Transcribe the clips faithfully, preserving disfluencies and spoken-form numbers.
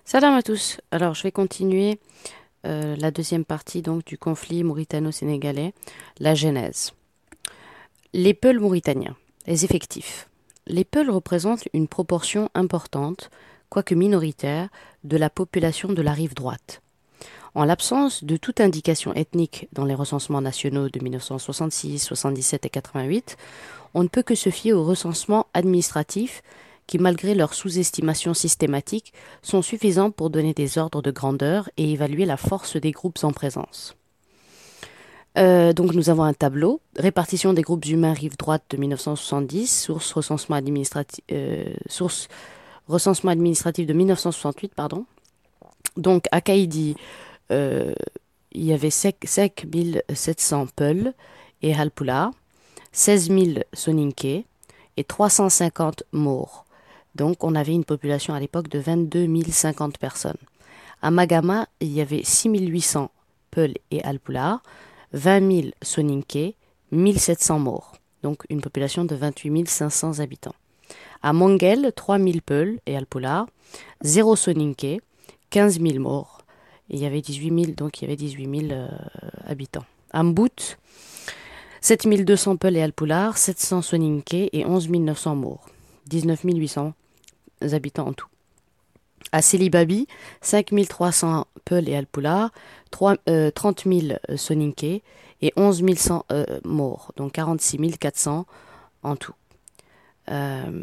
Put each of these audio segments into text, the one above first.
Salam à tous. Alors, je vais continuer euh, la deuxième partie donc du conflit mauritano-sénégalais, la genèse. Les Peuls mauritaniens, les effectifs. Les Peuls représentent une proportion importante, quoique minoritaire, de la population de la rive droite. En l'absence de toute indication ethnique dans les recensements nationaux de mille neuf cent soixante-six, soixante-dix-sept et quatre-vingt-huit, on ne peut que se fier au recensement administratif qui, malgré leur sous-estimation systématique, sont suffisants pour donner des ordres de grandeur et évaluer la force des groupes en présence. Euh, donc nous avons un tableau, répartition des groupes humains rive droite de mille neuf cent soixante-dix, source recensement administratif, euh, source recensement administratif de mille neuf cent soixante-huit, pardon. Donc à Kaïdi, euh, il y avait cinq mille sept cents Peuls et Halpula, seize mille Soninké et trois cent cinquante Maures. Donc on avait une population à l'époque de vingt-deux mille cinquante personnes. À Magama, il y avait six mille huit cents Peuls et Halpula, vingt mille Soninké, mille sept cents Maures. Donc une population de vingt-huit mille cinq cents habitants. À Mongel, trois mille Peuls et Halpula, zéro Soninké, quinze mille Maures. Et il y avait dix-huit mille, donc il y avait dix-huit mille euh, habitants. À Mbout, sept mille deux cents Peuls et Halpula, sept cents Soninké et onze mille neuf cents Maures. dix-neuf mille huit cents habitants en tout. À Sélibabi, cinq mille trois cents Peuls et Halpula, euh, trente mille Soninké et onze mille cent euh, Maures, donc quarante-six mille quatre cents en tout. Euh,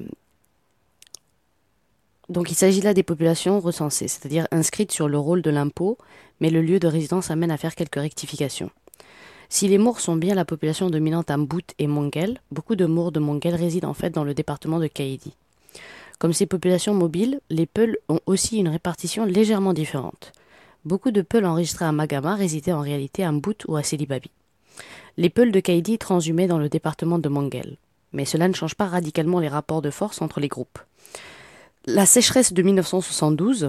donc il s'agit là des populations recensées, c'est-à-dire inscrites sur le rôle de l'impôt, mais le lieu de résidence amène à faire quelques rectifications. Si les Maures sont bien la population dominante à Mbout et Mongel, beaucoup de Maures de Mongel résident en fait dans le département de Kaïdi. Comme ces populations mobiles, les Peuls ont aussi une répartition légèrement différente. Beaucoup de Peuls enregistrés à Magama résidaient en réalité à Mbout ou à Sélibabi. Les Peuls de Kaïdi transhumaient dans le département de Mongel. Mais cela ne change pas radicalement les rapports de force entre les groupes. La sécheresse de mille neuf cent soixante-douze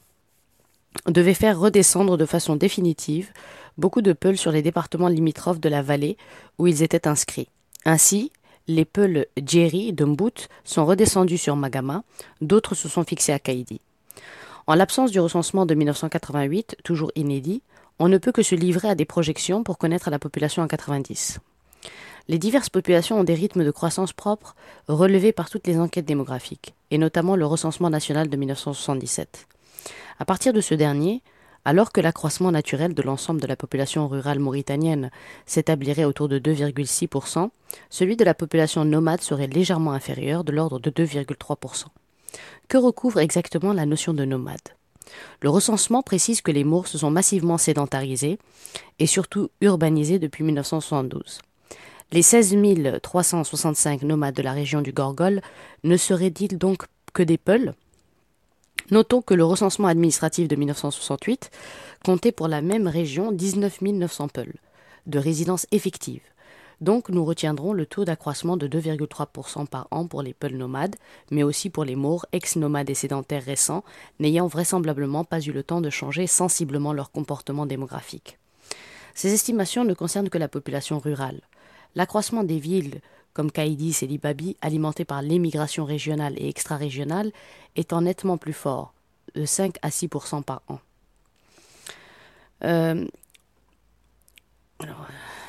devait faire redescendre de façon définitive beaucoup de Peuls sur les départements limitrophes de la vallée où ils étaient inscrits. Ainsi, les Peuls Djeri de Mbout sont redescendus sur Magama, d'autres se sont fixés à Kaïdi. En l'absence du recensement de mille neuf cent quatre-vingt-huit, toujours inédit, on ne peut que se livrer à des projections pour connaître la population en quatre-vingt-dix. Les diverses populations ont des rythmes de croissance propres relevés par toutes les enquêtes démographiques, et notamment le recensement national de mille neuf cent soixante-dix-sept. À partir de ce dernier, alors que l'accroissement naturel de l'ensemble de la population rurale mauritanienne s'établirait autour de deux virgule six pour cent, celui de la population nomade serait légèrement inférieur, de l'ordre de deux virgule trois pour cent. Que recouvre exactement la notion de nomade ? Le recensement précise que les Maures se sont massivement sédentarisés et surtout urbanisés depuis mille neuf cent soixante-douze. Les seize mille trois cent soixante-cinq nomades de la région du Gorgol ne seraient-ils donc que des Peuls ? Notons que le recensement administratif de mille neuf cent soixante-huit comptait pour la même région dix-neuf mille neuf cents Peuls de résidence effective. Donc nous retiendrons le taux d'accroissement de deux virgule trois pour cent par an pour les Peuls nomades, mais aussi pour les Maures ex-nomades et sédentaires récents, n'ayant vraisemblablement pas eu le temps de changer sensiblement leur comportement démographique. Ces estimations ne concernent que la population rurale. L'accroissement des villes comme Kaïdi et Libabi, alimentées par l'émigration régionale et extra-régionale, étant nettement plus fort, de cinq à six pour cent par an. Euh, alors,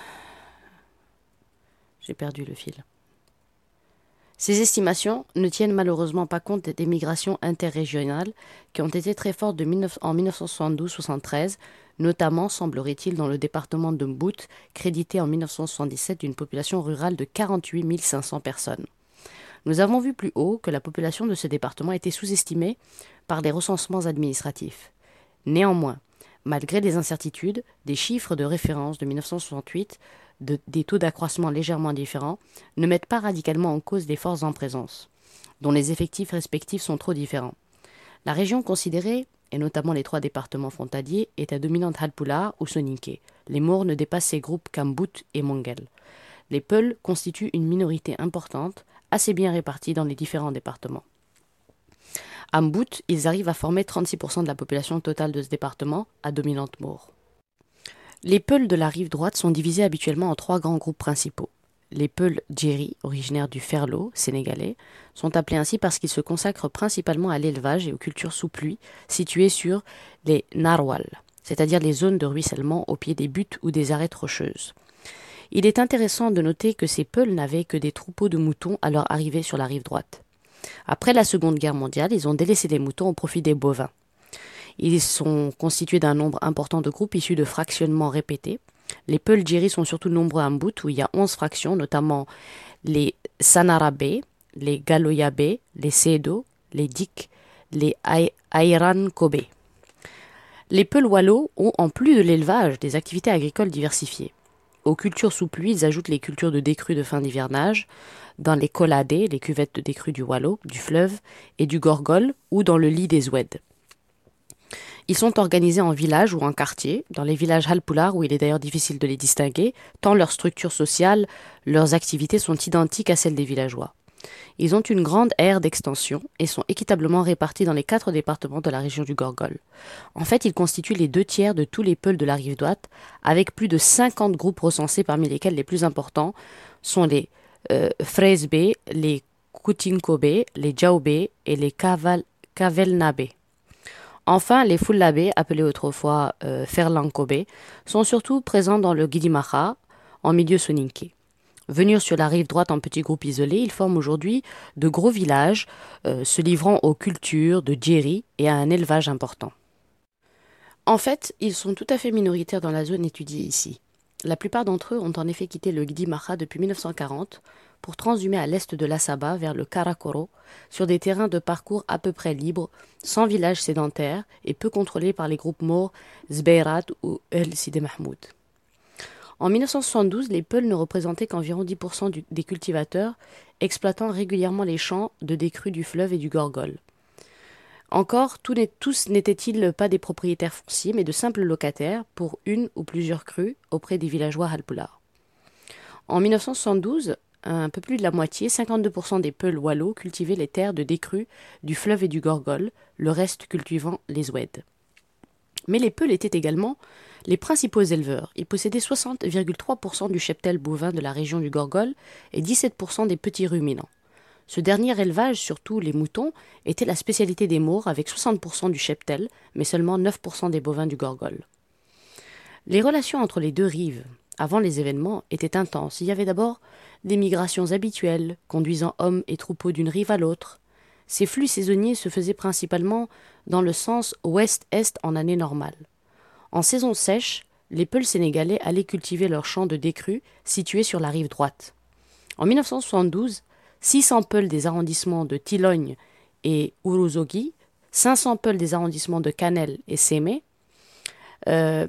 j'ai perdu le fil. Ces estimations ne tiennent malheureusement pas compte des migrations interrégionales qui ont été très fortes de dix-neuf en mille neuf cent soixante-douze soixante-treize, notamment, semblerait-il, dans le département de Mbout, crédité en mille neuf cent soixante-dix-sept d'une population rurale de quarante-huit mille cinq cents personnes. Nous avons vu plus haut que la population de ce département était sous-estimée par des recensements administratifs. Néanmoins, malgré les incertitudes, des chiffres de référence de mille neuf cent soixante-huit, de, des taux d'accroissement légèrement différents, ne mettent pas radicalement en cause des forces en présence, dont les effectifs respectifs sont trop différents. La région considérée, et notamment les trois départements frontaliers, est à dominante Halpula ou Soninké. Les Maures ne dépassent ces groupes qu'Ambout et Mongel. Les Peuls constituent une minorité importante, assez bien répartie dans les différents départements. À Mbout, ils arrivent à former trente-six pour cent de la population totale de ce département, à dominante Maure. Les Peuls de la rive droite sont divisés habituellement en trois grands groupes principaux. Les Peuls Djeri, originaires du Ferlo, sénégalais, sont appelés ainsi parce qu'ils se consacrent principalement à l'élevage et aux cultures sous pluie situées sur les narwals, c'est-à-dire les zones de ruissellement au pied des buttes ou des arêtes rocheuses. Il est intéressant de noter que ces Peuls n'avaient que des troupeaux de moutons à leur arrivée sur la rive droite. Après la Seconde Guerre mondiale, ils ont délaissé les moutons au profit des bovins. Ils sont constitués d'un nombre important de groupes issus de fractionnements répétés. Les Peuls Djeri sont surtout nombreux à Mbout, où il y a onze fractions, notamment les Sanarabé, les Galoyabé, les Sédo, les Dik, les Aïran Kobe. Les Peuls Wallo ont, en plus de l'élevage, des activités agricoles diversifiées. Aux cultures sous pluie, ils ajoutent les cultures de décrue de fin d'hivernage, dans les coladés, les cuvettes de décrue du Wallo, du fleuve, et du Gorgol, ou dans le lit des Oued. Ils sont organisés en villages ou en quartiers, dans les villages Halpular, où il est d'ailleurs difficile de les distinguer, tant leur structure sociale, leurs activités sont identiques à celles des villageois. Ils ont une grande aire d'extension et sont équitablement répartis dans les quatre départements de la région du Gorgol. En fait, ils constituent les deux tiers de tous les Peuls de la rive droite, avec plus de cinquante groupes recensés, parmi lesquels les plus importants sont les euh, Fresbé, les Koutinkobe, les Djaoubé et les Kaval- Kavelnabé. Enfin, les Foulabé, appelés autrefois euh, Ferlankobé, sont surtout présents dans le Guidimacha, en milieu soninké. Venus sur la rive droite en petits groupes isolés, ils forment aujourd'hui de gros villages, euh, se livrant aux cultures de Djeri et à un élevage important. En fait, ils sont tout à fait minoritaires dans la zone étudiée ici. La plupart d'entre eux ont en effet quitté le Guidimacha depuis mille neuf cent quarante pour transhumer à l'est de l'Assaba vers le Karakoro, sur des terrains de parcours à peu près libres, sans village sédentaire et peu contrôlés par les groupes Maures, Zbeirat ou El Sidi Mahmoud. En mille neuf cent soixante-douze, les Peuls ne représentaient qu'environ dix pour cent du, des cultivateurs, exploitant régulièrement les champs de décrue du fleuve et du Gorgol. Encore, tous n'étaient-ils pas des propriétaires fonciers, mais de simples locataires pour une ou plusieurs crues auprès des villageois Halpular. En mille neuf cent soixante-douze, un peu plus de la moitié, cinquante-deux pour cent des Peuls Wallo cultivaient les terres de décrue du fleuve et du Gorgol, le reste cultivant les Oued. Mais les Peuls étaient également les principaux éleveurs. Ils possédaient soixante virgule trois pour cent du cheptel bovin de la région du Gorgol et dix-sept pour cent des petits ruminants. Ce dernier élevage, surtout les moutons, était la spécialité des Maures avec soixante pour cent du cheptel, mais seulement neuf pour cent des bovins du Gorgol. Les relations entre les deux rives, avant les événements, étaient intenses. Il y avait d'abord des migrations habituelles, conduisant hommes et troupeaux d'une rive à l'autre. Ces flux saisonniers se faisaient principalement dans le sens ouest-est en année normale. En saison sèche, les Peuls sénégalais allaient cultiver leurs champs de décrue situés sur la rive droite. En mille neuf cent soixante-douze, six cents Peuls des arrondissements de Tilogne et Ourouzogui, cinq cents Peuls des arrondissements de Canel et Sémé, euh,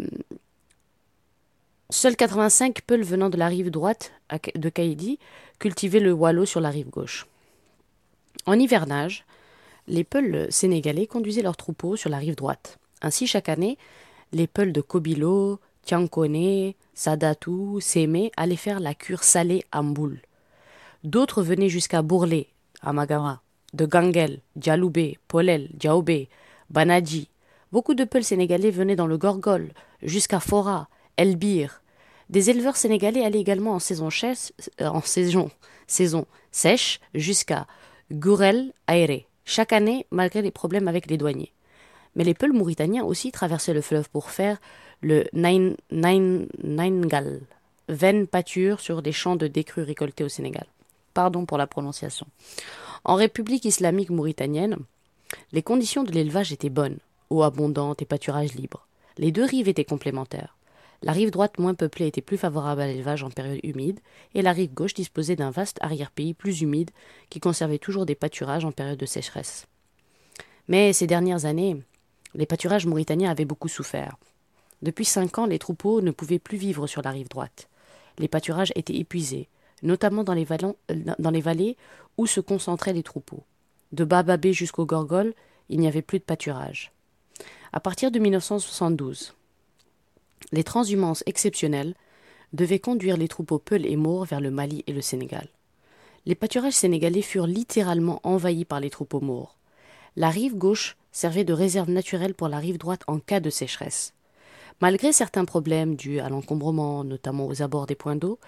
seuls quatre-vingt-cinq Peuls venant de la rive droite de Kaïdi cultivaient le Wallo sur la rive gauche. En hivernage, les Peuls sénégalais conduisaient leurs troupeaux sur la rive droite. Ainsi, chaque année, les Peuls de Kobilo, Tiankone, Sadatou, Sémé allaient faire la cure salée à Mboul. D'autres venaient jusqu'à Bourlé, à Magara, de Ganguel, Dialoubé, Polel, Diaobé, Banadji. Beaucoup de Peuls sénégalais venaient dans le Gorgol, jusqu'à Fora, Elbir. Des éleveurs sénégalais allaient également en saison, chesse, euh, en saison, saison sèche jusqu'à Gourel, Aéré, chaque année malgré les problèmes avec les douaniers. Mais les Peuls mauritaniens aussi traversaient le fleuve pour faire le Nain, Nain, Naingal, vaine pâture sur des champs de décrue récoltés au Sénégal. Pardon pour la prononciation. En République islamique mauritanienne, les conditions de l'élevage étaient bonnes, eau abondante et pâturage libre. Les deux rives étaient complémentaires. La rive droite moins peuplée était plus favorable à l'élevage en période humide, et la rive gauche disposait d'un vaste arrière-pays plus humide qui conservait toujours des pâturages en période de sécheresse. Mais ces dernières années, les pâturages mauritaniens avaient beaucoup souffert. Depuis cinq ans, les troupeaux ne pouvaient plus vivre sur la rive droite. Les pâturages étaient épuisés, notamment dans les, vallons, dans les vallées où se concentraient les troupeaux. De Bababé jusqu'au Gorgol, il n'y avait plus de pâturage. À partir de mille neuf cent soixante-douze, les transhumances exceptionnelles devaient conduire les troupeaux Peuls et Maures vers le Mali et le Sénégal. Les pâturages sénégalais furent littéralement envahis par les troupeaux Maures. La rive gauche servait de réserve naturelle pour la rive droite en cas de sécheresse. Malgré certains problèmes dus à l'encombrement, notamment aux abords des points d'eau,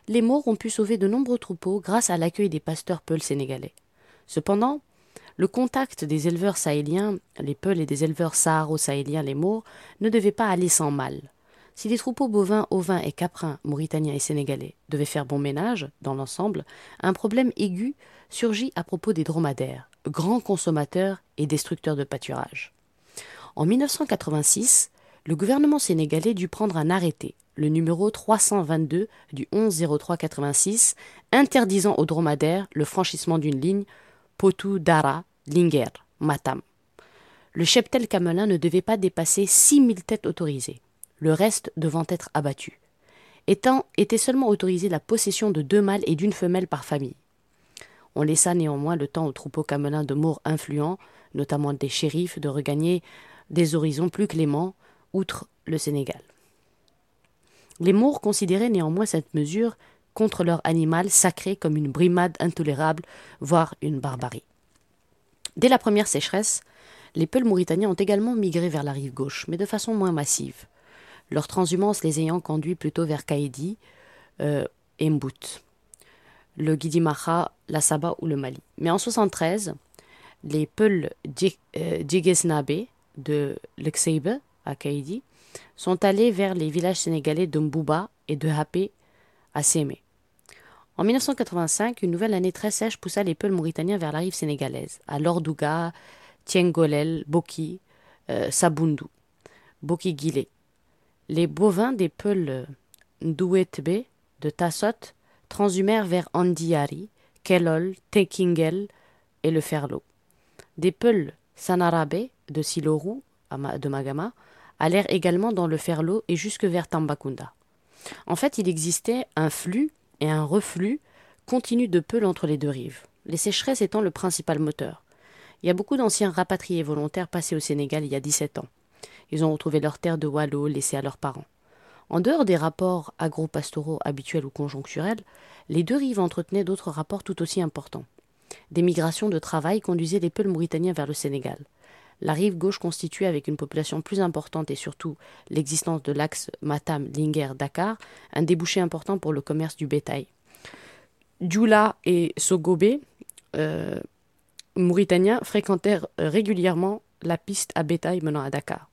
les Maures ont pu sauver de nombreux troupeaux grâce à l'accueil des pasteurs Peuls sénégalais. Cependant, le contact des éleveurs sahéliens, les Peuls, et des éleveurs saharo-sahéliens, les Maures, ne devait pas aller sans mal. Si les troupeaux bovins, ovins et caprins, mauritaniens et sénégalais, devaient faire bon ménage, dans l'ensemble, un problème aigu surgit à propos des dromadaires, grands consommateurs et destructeurs de pâturage. En mille neuf cent quatre-vingt-six, le gouvernement sénégalais dut prendre un arrêté, le numéro trois cent vingt-deux du onze zéro trois quatre-vingt-six, interdisant aux dromadaires le franchissement d'une ligne Potou, Dara, Linguère, Matam. Le cheptel camelin ne devait pas dépasser six mille têtes autorisées, le reste devant être abattu. Étant, était seulement autorisée la possession de deux mâles et d'une femelle par famille. On laissa néanmoins le temps aux troupeaux camelins de Maures influents, notamment des shérifs, de regagner des horizons plus cléments, outre le Sénégal. Les Maures considéraient néanmoins cette mesure contre leur animal sacré comme une brimade intolérable, voire une barbarie. Dès la première sécheresse, les Peuls mauritaniens ont également migré vers la rive gauche, mais de façon moins massive, leur transhumance les ayant conduits plutôt vers Kaïdi euh, et Mbout, le Guidimacha, la Saba ou le Mali. Mais en soixante-treize, les Peuls Djigesnabe de l'Exeibe, à Kaïdi, sont allés vers les villages sénégalais de Mbouba et de Hapé à Sémé. En mille neuf cent quatre-vingt-cinq, une nouvelle année très sèche poussa les Peuls mauritaniens vers la rive sénégalaise, à Lordouga, Tiengolel, Boki, euh, Saboundou, Boki-Guilé. Les bovins des Peuls Ndouetbe de Tassot transhumèrent vers Andiari, Kelol, Tekingel et le Ferlo. Des Peuls Sanarabe de Silorou, de Magama, allèrent également dans le Ferlo et jusque vers Tambacounda. En fait, il existait un flux et un reflux continu de Peuls entre les deux rives, les sécheresses étant le principal moteur. Il y a beaucoup d'anciens rapatriés volontaires passés au Sénégal il y a dix-sept ans. Ils ont retrouvé leurs terres de Wallo laissées à leurs parents. En dehors des rapports agro-pastoraux habituels ou conjoncturels, les deux rives entretenaient d'autres rapports tout aussi importants. Des migrations de travail conduisaient les Peuls mauritaniens vers le Sénégal. La rive gauche constituait, avec une population plus importante et surtout l'existence de l'axe Matam-Linguère-Dakar, un débouché important pour le commerce du bétail. Djoula et Sogobé, euh, mauritaniens, fréquentèrent régulièrement la piste à bétail menant à Dakar.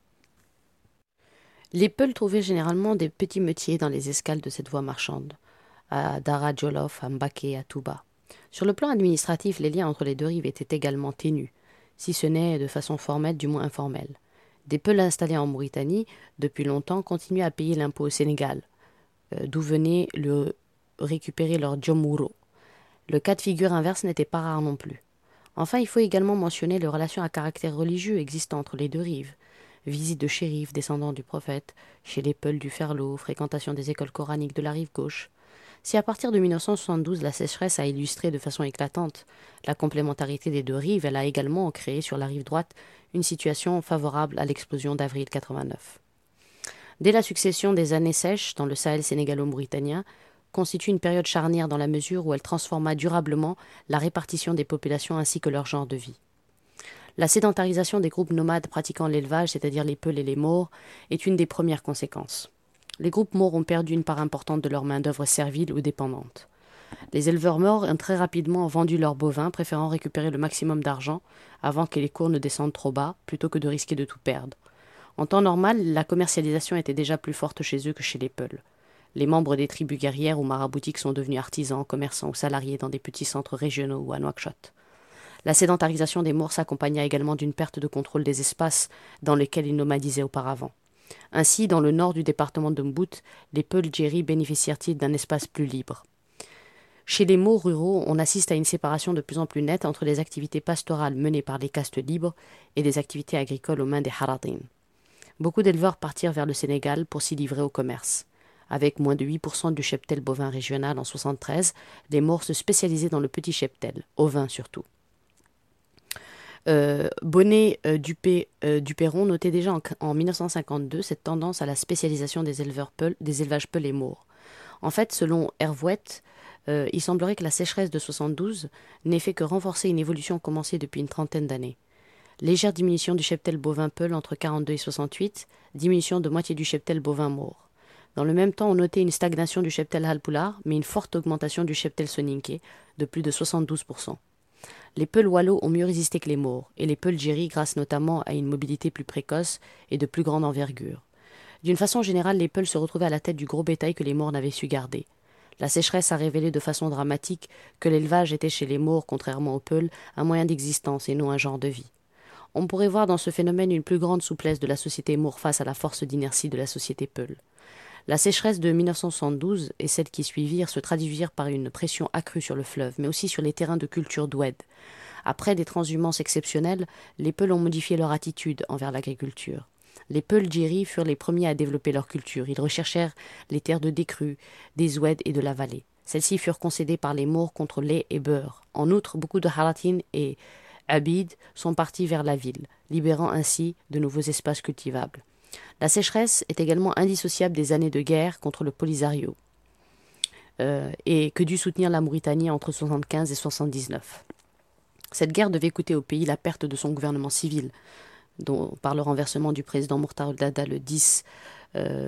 Les Peuls trouvaient généralement des petits métiers dans les escales de cette voie marchande, à Dara Djolof, à Mbaké, à Touba. Sur le plan administratif, les liens entre les deux rives étaient également ténus, si ce n'est de façon formelle, du moins informelle. Des Peuls installés en Mauritanie, depuis longtemps, continuaient à payer l'impôt au Sénégal, euh, d'où venait le récupérer leur djomouro. Le cas de figure inverse n'était pas rare non plus. Enfin, il faut également mentionner les relations à caractère religieux existant entre les deux rives. Visite de shérifs descendants du prophète, chez les Peuls du Ferlo, fréquentation des écoles coraniques de la rive gauche. Si à partir de mille neuf cent soixante-douze, la sécheresse a illustré de façon éclatante la complémentarité des deux rives, elle a également créé sur la rive droite une situation favorable à l'explosion d'avril quatre-vingt-neuf. Dès la succession des années sèches dans le Sahel sénégalo-mauritanien, constitue une période charnière dans la mesure où elle transforma durablement la répartition des populations ainsi que leur genre de vie. La sédentarisation des groupes nomades pratiquant l'élevage, c'est-à-dire les Peuls et les Maures, est une des premières conséquences. Les groupes Maures ont perdu une part importante de leur main-d'œuvre servile ou dépendante. Les éleveurs Maures ont très rapidement vendu leurs bovins, préférant récupérer le maximum d'argent avant que les cours ne descendent trop bas, plutôt que de risquer de tout perdre. En temps normal, la commercialisation était déjà plus forte chez eux que chez les Peuls. Les membres des tribus guerrières ou maraboutiques sont devenus artisans, commerçants ou salariés dans des petits centres régionaux ou à Nouakchott. La sédentarisation des Maures s'accompagna également d'une perte de contrôle des espaces dans lesquels ils nomadisaient auparavant. Ainsi, dans le nord du département de Mbout, les Peuls djéri bénéficièrent-ils d'un espace plus libre. Chez les Maures ruraux, on assiste à une séparation de plus en plus nette entre les activités pastorales menées par les castes libres et les activités agricoles aux mains des haradim. Beaucoup d'éleveurs partirent vers le Sénégal pour s'y livrer au commerce. Avec moins de huit pour cent du cheptel bovin régional en soixante-treize, les Maures se spécialisaient dans le petit cheptel, ovin surtout. Euh, Bonnet euh, Dupé, euh, Duperron notait déjà en, en mille neuf cent cinquante-deux cette tendance à la spécialisation des, éleveurs Peuls, des élevages Peuls et Maures. En fait, selon Hervouet, euh, il semblerait que la sécheresse de soixante-douze n'ait fait que renforcer une évolution commencée depuis une trentaine d'années. Légère diminution du cheptel bovin Peul entre quarante-deux et soixante-huit, diminution de moitié du cheptel bovin Maure. Dans le même temps, on notait une stagnation du cheptel Halpular, mais une forte augmentation du cheptel Soninké, de plus de soixante-douze pour cent. Les Peuls Wallo ont mieux résisté que les Maures, et les Peuls Djeri grâce notamment à une mobilité plus précoce et de plus grande envergure. D'une façon générale, les Peuls se retrouvaient à la tête du gros bétail que les Maures n'avaient su garder. La sécheresse a révélé de façon dramatique que l'élevage était chez les Maures, contrairement aux Peuls, un moyen d'existence et non un genre de vie. On pourrait voir dans ce phénomène une plus grande souplesse de la société Maure face à la force d'inertie de la société Peul. La sécheresse de mille neuf cent soixante-douze et celles qui suivirent se traduisirent par une pression accrue sur le fleuve, mais aussi sur les terrains de culture d'Oued. Après des transhumances exceptionnelles, les Peuls ont modifié leur attitude envers l'agriculture. Les Peuls Djeri furent les premiers à développer leur culture. Ils recherchèrent les terres de décrue, des Oued et de la vallée. Celles-ci furent concédées par les Maures contre lait et beurre. En outre, beaucoup de Haratin et Abid sont partis vers la ville, libérant ainsi de nouveaux espaces cultivables. La sécheresse est également indissociable des années de guerre contre le Polisario euh, et que dut soutenir la Mauritanie entre soixante-quinze et soixante-dix-neuf. Cette guerre devait coûter au pays la perte de son gouvernement civil, dont, par le renversement du président Mourtar Dada le, dix, euh,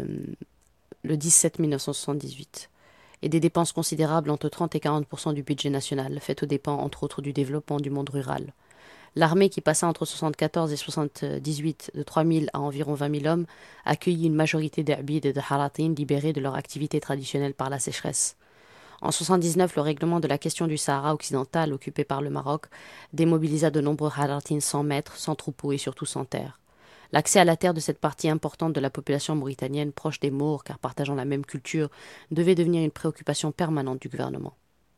le dix-sept mille neuf cent soixante-dix-huit, et des dépenses considérables entre trente et quarante pour cent du budget national, faites aux dépens entre autres du développement du monde rural. L'armée, qui passa entre soixante-quatorze et soixante-dix-huit de trois mille à environ vingt mille hommes, accueillit une majorité d'Abid et de Haratin libérés de leur activité traditionnelle par la sécheresse. En soixante-dix-neuf, le règlement de la question du Sahara occidental, occupé par le Maroc, démobilisa de nombreux Haratin sans maîtres, sans troupeaux et surtout sans terre. L'accès à la terre de cette partie importante de la population mauritanienne, proche des Maures car partageant la même culture, devait devenir une préoccupation permanente du gouvernement.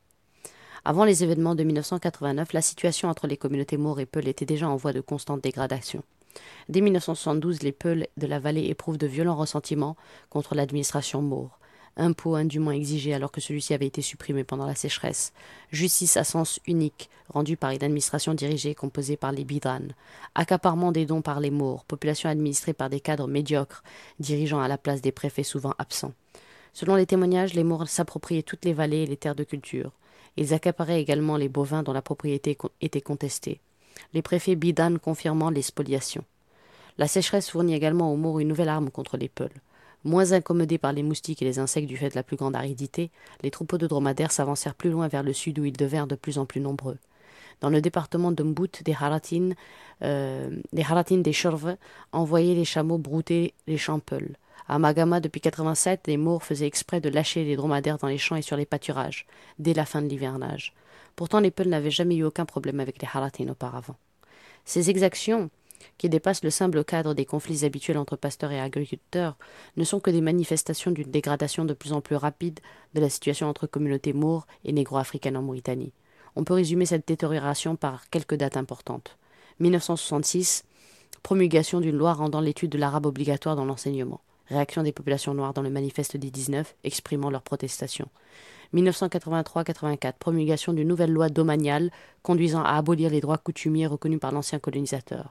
Avant les événements de mille neuf cent quatre-vingt-neuf, la situation entre les communautés Maures et Peuls était déjà en voie de constante dégradation. Dès mille neuf cent soixante-douze, les Peuls de la vallée éprouvent de violents ressentiments contre l'administration Maure. Impôts indûment exigés alors que celui-ci avait été supprimé pendant la sécheresse. Justice à sens unique, rendue par une administration dirigée composée par les Bidran. Accaparement des dons par les Maures, population administrée par des cadres médiocres, dirigeant à la place des préfets souvent absents. Selon les témoignages, les Maures s'appropriaient toutes les vallées et les terres de culture. Ils accaparaient également les bovins dont la propriété était contestée. Les préfets Bidan confirmant les spoliations. La sécheresse fournit également aux Maures une nouvelle arme contre les Peuls. Moins incommodés par les moustiques et les insectes du fait de la plus grande aridité, les troupeaux de dromadaires s'avancèrent plus loin vers le sud où ils devinrent de plus en plus nombreux. Dans le département de Mbout, des Haratin, euh, des Haratin des Chorves envoyaient les chameaux brouter les champs Peuls. À Magama, depuis quatre-vingt-sept, les Maures faisaient exprès de lâcher les dromadaires dans les champs et sur les pâturages, dès la fin de l'hivernage. Pourtant, les Peuls n'avaient jamais eu aucun problème avec les Haratin auparavant. Ces exactions, qui dépassent le simple cadre des conflits habituels entre pasteurs et agriculteurs, ne sont que des manifestations d'une dégradation de plus en plus rapide de la situation entre communautés maures et négro-africaines en Mauritanie. On peut résumer cette détérioration par quelques dates importantes. mille neuf cent soixante-six, promulgation d'une loi rendant l'étude de l'arabe obligatoire dans l'enseignement. Réaction des populations noires dans le manifeste des dix-neuf, exprimant leur protestation. mille neuf cent quatre-vingt-trois quatre-vingt-quatre, promulgation d'une nouvelle loi domaniale conduisant à abolir les droits coutumiers reconnus par l'ancien colonisateur.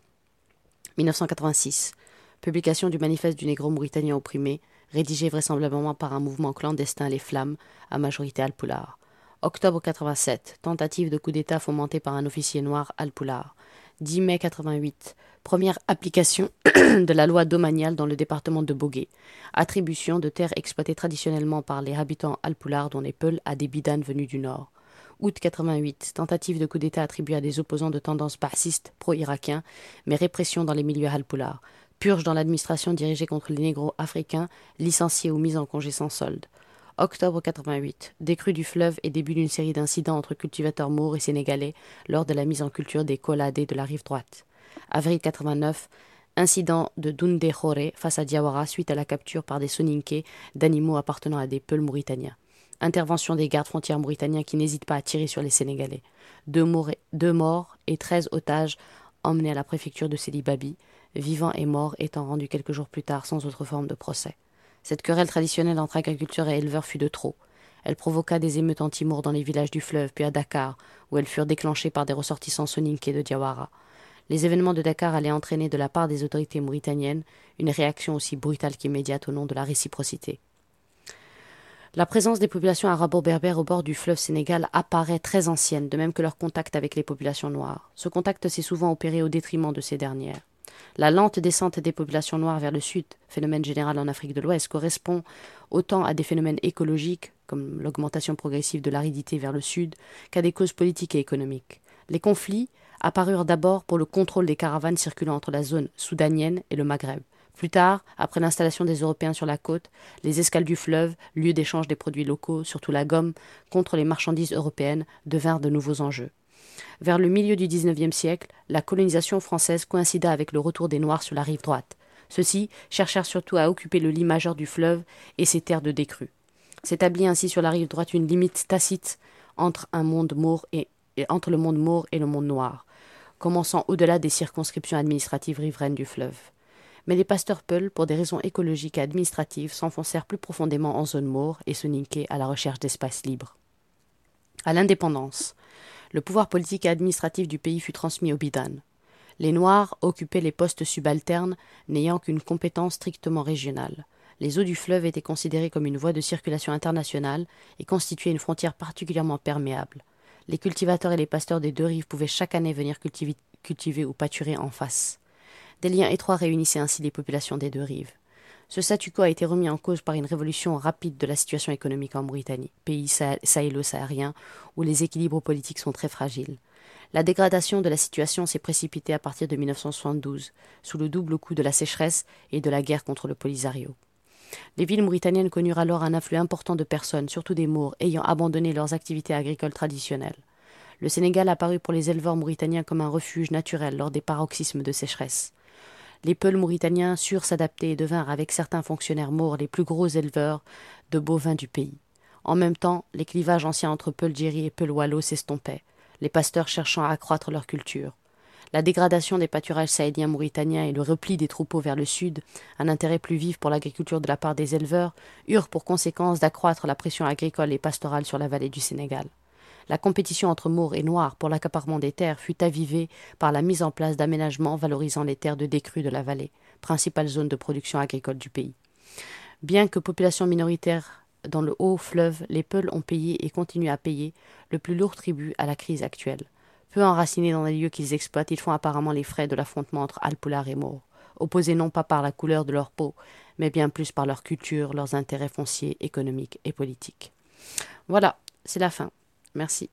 mille neuf cent quatre-vingt-six, publication du manifeste du négro mauritanien opprimé, rédigé vraisemblablement par un mouvement clandestin Les Flammes, à majorité Alpoulard. Octobre quatre-vingt-sept, tentative de coup d'État fomentée par un officier noir Alpoulard. dix mai quatre-vingt-huit, première application de la loi domaniale dans le département de Bogué. Attribution de terres exploitées traditionnellement par les habitants Alpoulard, dont les Peuls, à des bidanes venus du nord. Août quatre-vingt-huit, tentative de coup d'État attribuée à des opposants de tendance bassiste pro-irakiens, mais répression dans les milieux Alpoulard. Purge dans l'administration dirigée contre les négros africains, licenciés ou mis en congé sans solde. Octobre quatre-vingt-huit, décrue du fleuve et début d'une série d'incidents entre cultivateurs maures et sénégalais lors de la mise en culture des coladés de la rive droite. Avril quatre-vingt-neuf, incident de Doundé Khoré face à Diawara suite à la capture par des soninké d'animaux appartenant à des Peuls mauritaniens. Intervention des gardes frontières mauritaniens qui n'hésitent pas à tirer sur les Sénégalais. Deux morts et, deux morts et treize otages emmenés à la préfecture de Sidi Babi, vivants et morts étant rendus quelques jours plus tard sans autre forme de procès. Cette querelle traditionnelle entre agriculteurs et éleveurs fut de trop. Elle provoqua des émeutes anti-Maures dans les villages du fleuve, puis à Dakar, où elles furent déclenchées par des ressortissants soninké de Diawara. Les événements de Dakar allaient entraîner de la part des autorités mauritaniennes une réaction aussi brutale qu'immédiate au nom de la réciprocité. La présence des populations arabo-berbères au bord du fleuve Sénégal apparaît très ancienne, de même que leur contact avec les populations noires. Ce contact s'est souvent opéré au détriment de ces dernières. La lente descente des populations noires vers le sud, phénomène général en Afrique de l'Ouest, correspond autant à des phénomènes écologiques, comme l'augmentation progressive de l'aridité vers le sud, qu'à des causes politiques et économiques. Les conflits apparurent d'abord pour le contrôle des caravanes circulant entre la zone soudanienne et le Maghreb. Plus tard, après l'installation des Européens sur la côte, les escales du fleuve, lieu d'échange des produits locaux, surtout la gomme, contre les marchandises européennes, devinrent de nouveaux enjeux. Vers le milieu du dix-neuvième siècle, la colonisation française coïncida avec le retour des Noirs sur la rive droite. Ceux-ci cherchèrent surtout à occuper le lit majeur du fleuve et ses terres de décrue. S'établit ainsi sur la rive droite une limite tacite entre, un monde maure et, et, entre le monde maure et le monde noir, commençant au-delà des circonscriptions administratives riveraines du fleuve. Mais les pasteurs Peuls, pour des raisons écologiques et administratives, s'enfoncèrent plus profondément en zone maure et se niquaient à la recherche d'espaces libres. À l'indépendance, le pouvoir politique et administratif du pays fut transmis aux Bidanes. Les Noirs occupaient les postes subalternes n'ayant qu'une compétence strictement régionale. Les eaux du fleuve étaient considérées comme une voie de circulation internationale et constituaient une frontière particulièrement perméable. Les cultivateurs et les pasteurs des deux rives pouvaient chaque année venir cultiver, cultiver ou pâturer en face. Des liens étroits réunissaient ainsi les populations des deux rives. Ce statu quo a été remis en cause par une révolution rapide de la situation économique en Mauritanie, pays sahélo-saharien où les équilibres politiques sont très fragiles. La dégradation de la situation s'est précipitée à partir de mille neuf cent soixante-douze, sous le double coup de la sécheresse et de la guerre contre le Polisario. Les villes mauritaniennes connurent alors un afflux important de personnes, surtout des Maures, ayant abandonné leurs activités agricoles traditionnelles. Le Sénégal apparut pour les éleveurs mauritaniens comme un refuge naturel lors des paroxysmes de sécheresse. Les Peuls mauritaniens surent s'adapter et devinrent avec certains fonctionnaires maures les plus gros éleveurs de bovins du pays. En même temps, les clivages anciens entre Peuls-Djeri et Peuls-Wallo s'estompaient, les pasteurs cherchant à accroître leur culture. La dégradation des pâturages sahéliens mauritaniens et le repli des troupeaux vers le sud, un intérêt plus vif pour l'agriculture de la part des éleveurs, eurent pour conséquence d'accroître la pression agricole et pastorale sur la vallée du Sénégal. La compétition entre Maures et Noirs pour l'accaparement des terres fut avivée par la mise en place d'aménagements valorisant les terres de décrue de la vallée, principale zone de production agricole du pays. Bien que population minoritaire dans le haut fleuve, les Peuls ont payé et continuent à payer le plus lourd tribut à la crise actuelle. Peu enracinés dans les lieux qu'ils exploitent, ils font apparemment les frais de l'affrontement entre Alpulaar et Maures, opposés non pas par la couleur de leur peau, mais bien plus par leur culture, leurs intérêts fonciers, économiques et politiques. Voilà, c'est la fin. Merci.